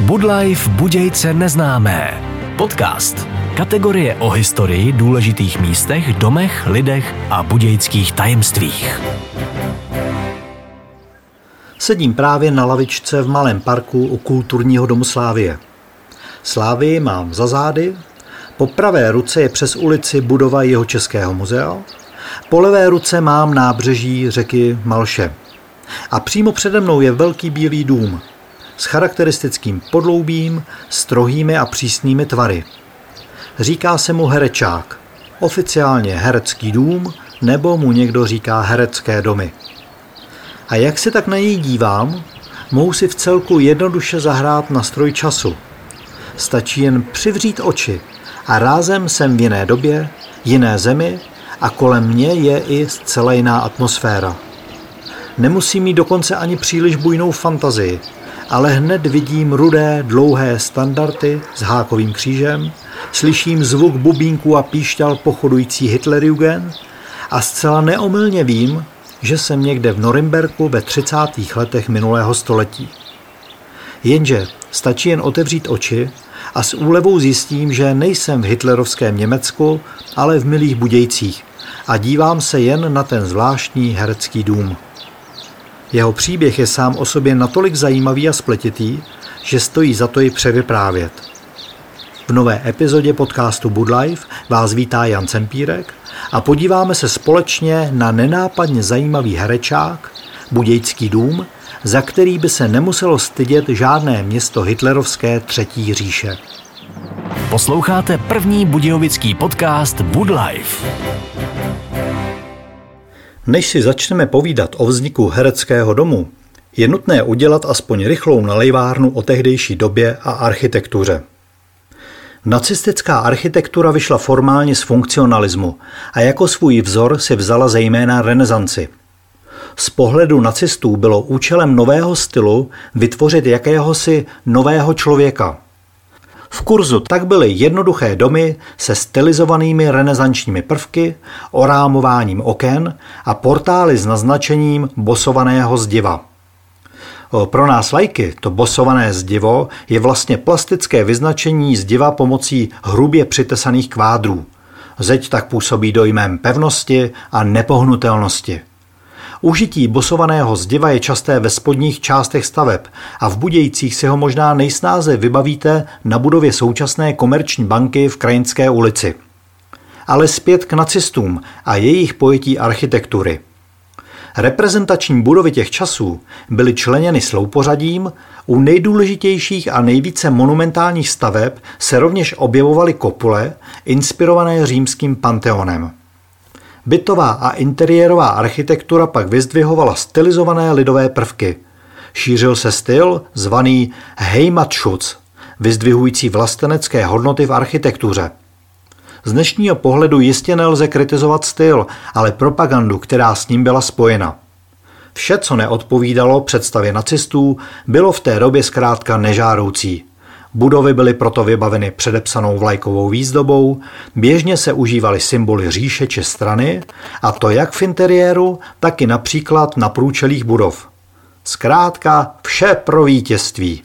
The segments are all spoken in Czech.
Budlife Budějce neznámé. Podcast. Kategorie o historii, důležitých místech, domech, lidech a budějských tajemstvích. Sedím právě na lavičce v malém parku u kulturního domu Slavie. Slavii mám za zády, po pravé ruce je přes ulici budova Jihočeského muzea, po levé ruce mám nábřeží řeky Malše. A přímo přede mnou je velký bílý dům s charakteristickým podloubím, strohými a přísnými tvary. Říká se mu Herečák, oficiálně herecký dům, nebo mu někdo říká herecké domy. A jak se tak na něj dívám, mohu si v celku jednoduše zahrát na stroj času. Stačí jen přivřít oči a rázem jsem v jiné době, jiné zemi a kolem mě je i zcela jiná atmosféra. Nemusím mít dokonce ani příliš bujnou fantazii, ale hned vidím rudé, dlouhé standardy s hákovým křížem, slyším zvuk bubínku a píšťal pochodující Hitlerjugend a zcela neomylně vím, že jsem někde v Norimberku ve 30. letech minulého století. Jenže stačí jen otevřít oči a s úlevou zjistím, že nejsem v hitlerovském Německu, ale v milých Budějcích a dívám se jen na ten zvláštní herecký dům. Jeho příběh je sám o sobě natolik zajímavý a spletitý, že stojí za to ji převyprávět. V nové epizodě podcastu Budlife vás vítá Jan Cempírek a podíváme se společně na nenápadně zajímavý herečák, Budějský dům, za který by se nemuselo stydět žádné město hitlerovské třetí říše. Posloucháte první budějovický podcast Budlife. Než si začneme povídat o vzniku hereckého domu, je nutné udělat aspoň rychlou nalejvárnu o tehdejší době a architektuře. Nacistická architektura vyšla formálně z funkcionalismu a jako svůj vzor si vzala zejména renesanci. Z pohledu nacistů bylo účelem nového stylu vytvořit jakéhosi nového člověka. V kurzu tak byly jednoduché domy se stylizovanými renesančními prvky, orámováním oken a portály s naznačením bosovaného zdiva. Pro nás laiky to bosované zdivo je vlastně plastické vyznačení zdiva pomocí hrubě přitesaných kvádrů. Zeď tak působí dojmem pevnosti a nepohnutelnosti. Užití bosovaného zdiva je časté ve spodních částech staveb a v Budějcích si ho možná nejsnáze vybavíte na budově současné Komerční banky v Krajinské ulici. Ale zpět k nacistům a jejich pojetí architektury. Reprezentační budovy těch časů byly členěny sloupořadím, u nejdůležitějších a nejvíce monumentálních staveb se rovněž objevovaly kopule, inspirované římským Panteonem. Bytová a interiérová architektura pak vyzdvihovala stylizované lidové prvky. Šířil se styl zvaný Heimatschutz, vyzdvihující vlastenecké hodnoty v architektuře. Z dnešního pohledu jistě nelze kritizovat styl, ale propagandu, která s ním byla spojena. Vše, co neodpovídalo představě nacistů, bylo v té době zkrátka nežádoucí. Budovy byly proto vybaveny předepsanou vlajkovou výzdobou, běžně se užívaly symboly říše či strany, a to jak v interiéru, tak i například na průčelích budov. Zkrátka vše pro vítězství.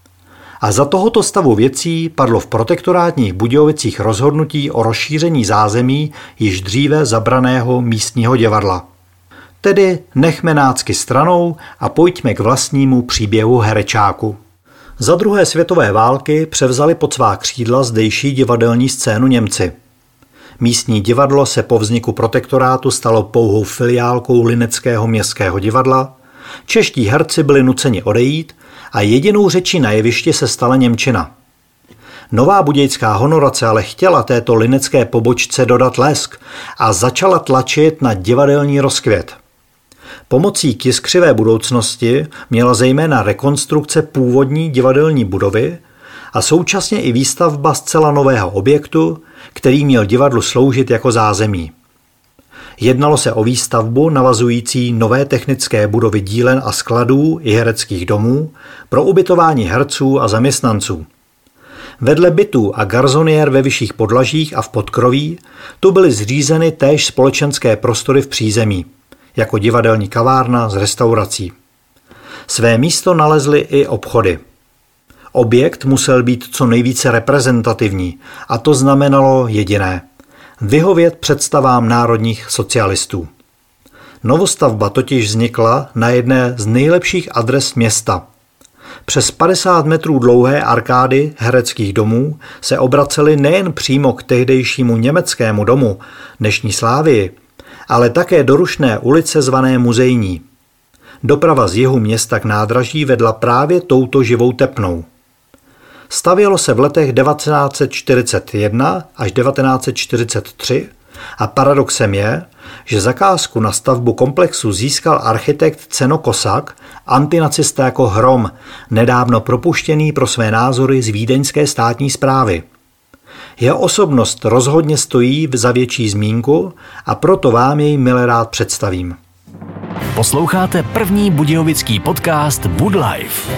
A za tohoto stavu věcí padlo v protektorátních Budějovicích rozhodnutí o rozšíření zázemí již dříve zabraného místního divadla. Tedy nechme nácky stranou a pojďme k vlastnímu příběhu herečáku. Za druhé světové války převzali pod svá křídla zdejší divadelní scénu Němci. Místní divadlo se po vzniku protektorátu stalo pouhou filiálkou Lineckého městského divadla, čeští herci byli nuceni odejít a jedinou řečí na jevišti se stala němčina. Nová budějská honorace ale chtěla této linecké pobočce dodat lesk a začala tlačit na divadelní rozkvět. Pomocí k jiskřivé budoucnosti měla zejména rekonstrukce původní divadelní budovy a současně i výstavba zcela nového objektu, který měl divadlu sloužit jako zázemí. Jednalo se o výstavbu navazující nové technické budovy dílen a skladů i hereckých domů pro ubytování herců a zaměstnanců. Vedle bytů a garzoniér ve vyšších podlažích a v podkroví tu byly zřízeny též společenské prostory v přízemí, jako divadelní kavárna s restaurací. Své místo nalezly i obchody. Objekt musel být co nejvíce reprezentativní a to znamenalo jediné – vyhovět představám národních socialistů. Novostavba totiž vznikla na jedné z nejlepších adres města. Přes 50 metrů dlouhé arkády Hereckých domů se obracely nejen přímo k tehdejšímu německému domu, dnešní Slávii, ale také do rušné ulice zvané Muzejní. Doprava z jihu města k nádraží vedla právě touto živou tepnou. Stavělo se v letech 1941 až 1943 a paradoxem je, že zakázku na stavbu komplexu získal architekt Ceno Kosak, antinacista jako Hrom, nedávno propuštěný pro své názory z vídeňské státní správy. Jeho osobnost rozhodně stojí za větší zmínku a proto vám jej milé rád představím. Posloucháte první budějovický podcast Bud Life.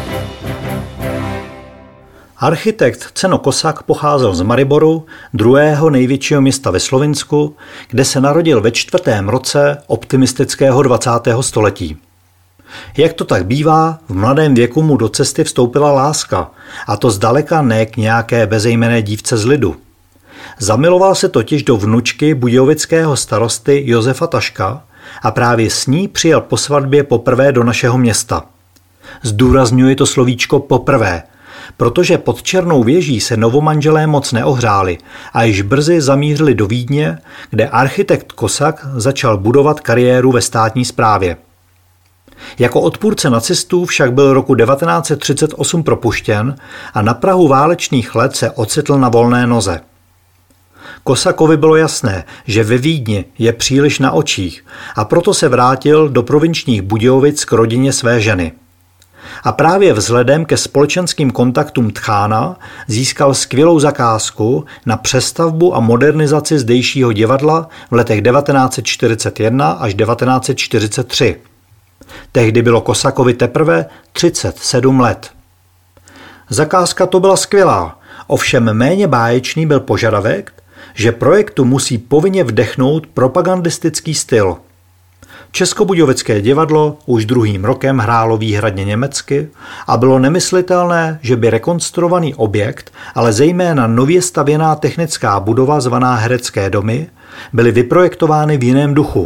Architekt Ceno Kosak pocházel z Mariboru, druhého největšího města ve Slovinsku, kde se narodil ve 4. roce optimistického 20. století. Jak to tak bývá, v mladém věku mu do cesty vstoupila láska, a to zdaleka ne k nějaké bezejmenné dívce z lidu. Zamiloval se totiž do vnučky budějovického starosty Josefa Taška a právě s ní přijel po svatbě poprvé do našeho města. Zdůrazňuji to slovíčko poprvé, protože pod Černou věží se novomanželé moc neohřáli a již brzy zamířili do Vídně, kde architekt Kosak začal budovat kariéru ve státní správě. Jako odpůrce nacistů však byl roku 1938 propuštěn a na prahu válečných let se ocitl na volné noze. Kosakovi bylo jasné, že ve Vídni je příliš na očích a proto se vrátil do provinčních Budějovic k rodině své ženy. A právě vzhledem ke společenským kontaktům Tchána získal skvělou zakázku na přestavbu a modernizaci zdejšího divadla v letech 1941 až 1943. Tehdy bylo Kosakovi teprve 37 let. Zakázka to byla skvělá, ovšem méně báječný byl požadavek, že projektu musí povinně vdechnout propagandistický styl. Českobudějovické divadlo už druhým rokem hrálo výhradně německy a bylo nemyslitelné, že by rekonstruovaný objekt, ale zejména nově stavěná technická budova zvaná Herecké domy, byly vyprojektovány v jiném duchu.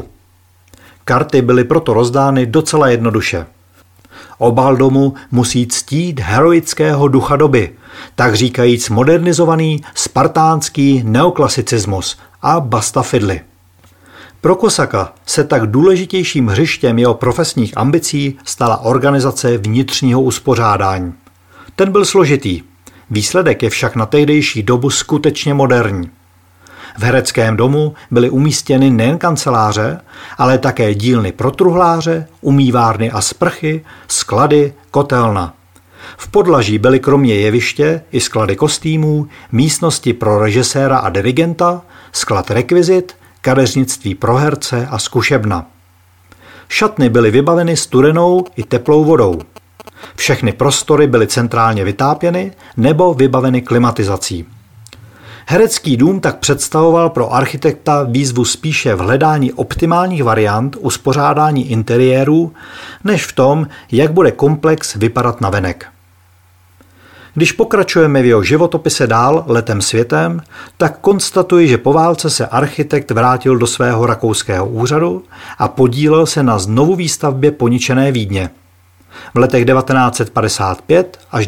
Karty byly proto rozdány docela jednoduše. Obal domu musí ctít heroického ducha doby, tak říkajíc modernizovaný spartánský neoklasicismus a basta fidly. Pro Kosaka se tak důležitějším hřištěm jeho profesních ambicí stala organizace vnitřního uspořádání. Ten byl složitý, výsledek je však na tehdejší dobu skutečně moderní. V Hereckém domu byly umístěny nejen kanceláře, ale také dílny pro truhláře, umývárny a sprchy, sklady, kotelna. V podlaží byly kromě jeviště i sklady kostýmů, místnosti pro režiséra a dirigenta, sklad rekvizit, kadeřnictví pro herce a zkušebna. Šatny byly vybaveny studenou i teplou vodou. Všechny prostory byly centrálně vytápěny nebo vybaveny klimatizací. Herecký dům tak představoval pro architekta výzvu spíše v hledání optimálních variant uspořádání interiérů, než v tom, jak bude komplex vypadat navenek. Když pokračujeme v jeho životopise dál letem světem, tak konstatuji, že po válce se architekt vrátil do svého rakouského úřadu a podílel se na znovuvýstavbě poničené Vídně. V letech 1955 až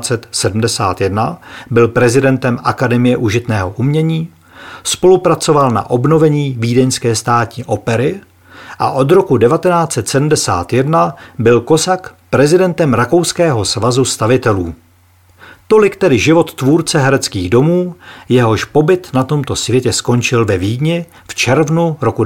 1971 byl prezidentem Akademie užitného umění, spolupracoval na obnovení vídeňské státní opery a od roku 1971 byl Kosak prezidentem Rakouského svazu stavitelů. Tolik tedy život tvůrce Hereckých domů, jehož pobyt na tomto světě skončil ve Vídni v červnu roku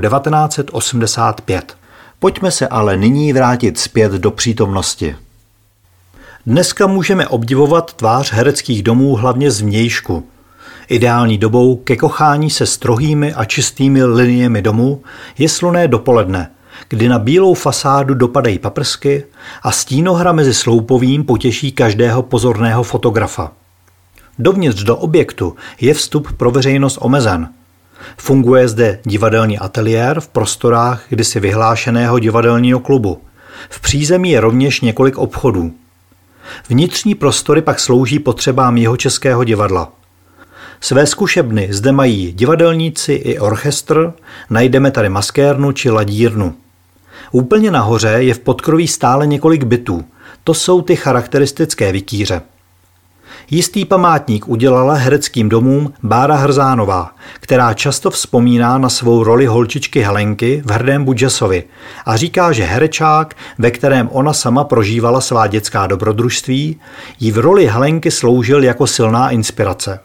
1985. Pojďme se ale nyní vrátit zpět do přítomnosti. Dneska můžeme obdivovat tvář Hereckých domů hlavně zvnějšku. Ideální dobou ke kochání se strohými a čistými liniemi domu je slunné dopoledne, kdy na bílou fasádu dopadají paprsky a stínohra mezi sloupovým potěší každého pozorného fotografa. Dovnitř do objektu je vstup pro veřejnost omezen. Funguje zde divadelní ateliér v prostorách kdysi vyhlášeného divadelního klubu. V přízemí je rovněž několik obchodů. Vnitřní prostory pak slouží potřebám Jihočeského divadla. Své zkušebny zde mají divadelníci i orchestr, najdeme tady maskérnu či ladírnu. Úplně nahoře je v podkroví stále několik bytů, to jsou ty charakteristické vikýře. Jistý památník udělala hereckým domům Bára Hrzánová, která často vzpomíná na svou roli holčičky Helenky v Hrdém Budžesovi a říká, že herečák, ve kterém ona sama prožívala svá dětská dobrodružství, jí v roli Helenky sloužil jako silná inspirace.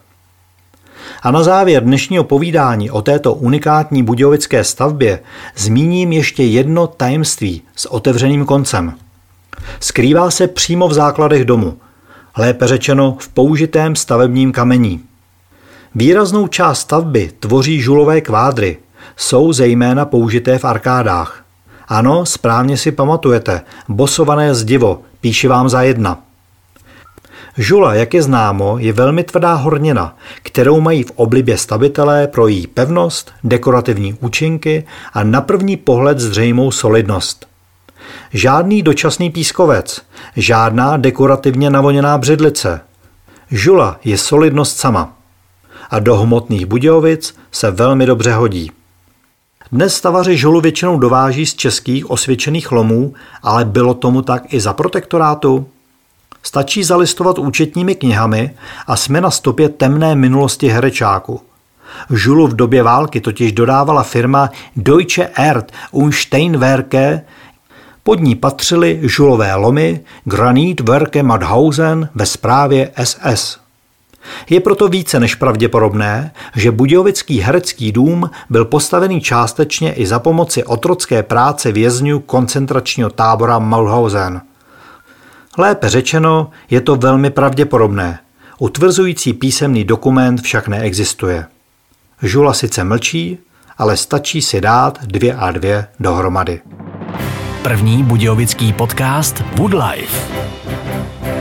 A na závěr dnešního povídání o této unikátní budějovické stavbě zmíním ještě jedno tajemství s otevřeným koncem. Skrývá se přímo v základech domu, lépe řečeno v použitém stavebním kamení. Výraznou část stavby tvoří žulové kvádry, jsou zejména použité v arkádách. Ano, správně si pamatujete, bosované zdivo, píši vám za jedna. Žula, jak je známo, je velmi tvrdá hornina, kterou mají v oblibě stavitelé pro její pevnost, dekorativní účinky a na první pohled zřejmou solidnost. Žádný dočasný pískovec, žádná dekorativně navoněná břidlice. Žula je solidnost sama. A do hmotných Budějovic se velmi dobře hodí. Dnes stavaři žulu většinou dováží z českých osvědčených lomů, ale bylo tomu tak i za protektorátu. Stačí zalistovat účetními knihami a jsme na stopě temné minulosti herečáku. Žulu v době války totiž dodávala firma Deutsche Erd- und Steinwerke, pod ní patřily žulové lomy Granitwerke Mauthausen ve správě SS. Je proto více než pravděpodobné, že budějovický herecký dům byl postavený částečně i za pomoci otrocké práce vězňů koncentračního tábora Mauthausen. Lépe řečeno, je to velmi pravděpodobné. Utvrzující písemný dokument však neexistuje. Žula sice mlčí, ale stačí si dát 2 a 2 dohromady. První budějovický podcast Woodlife.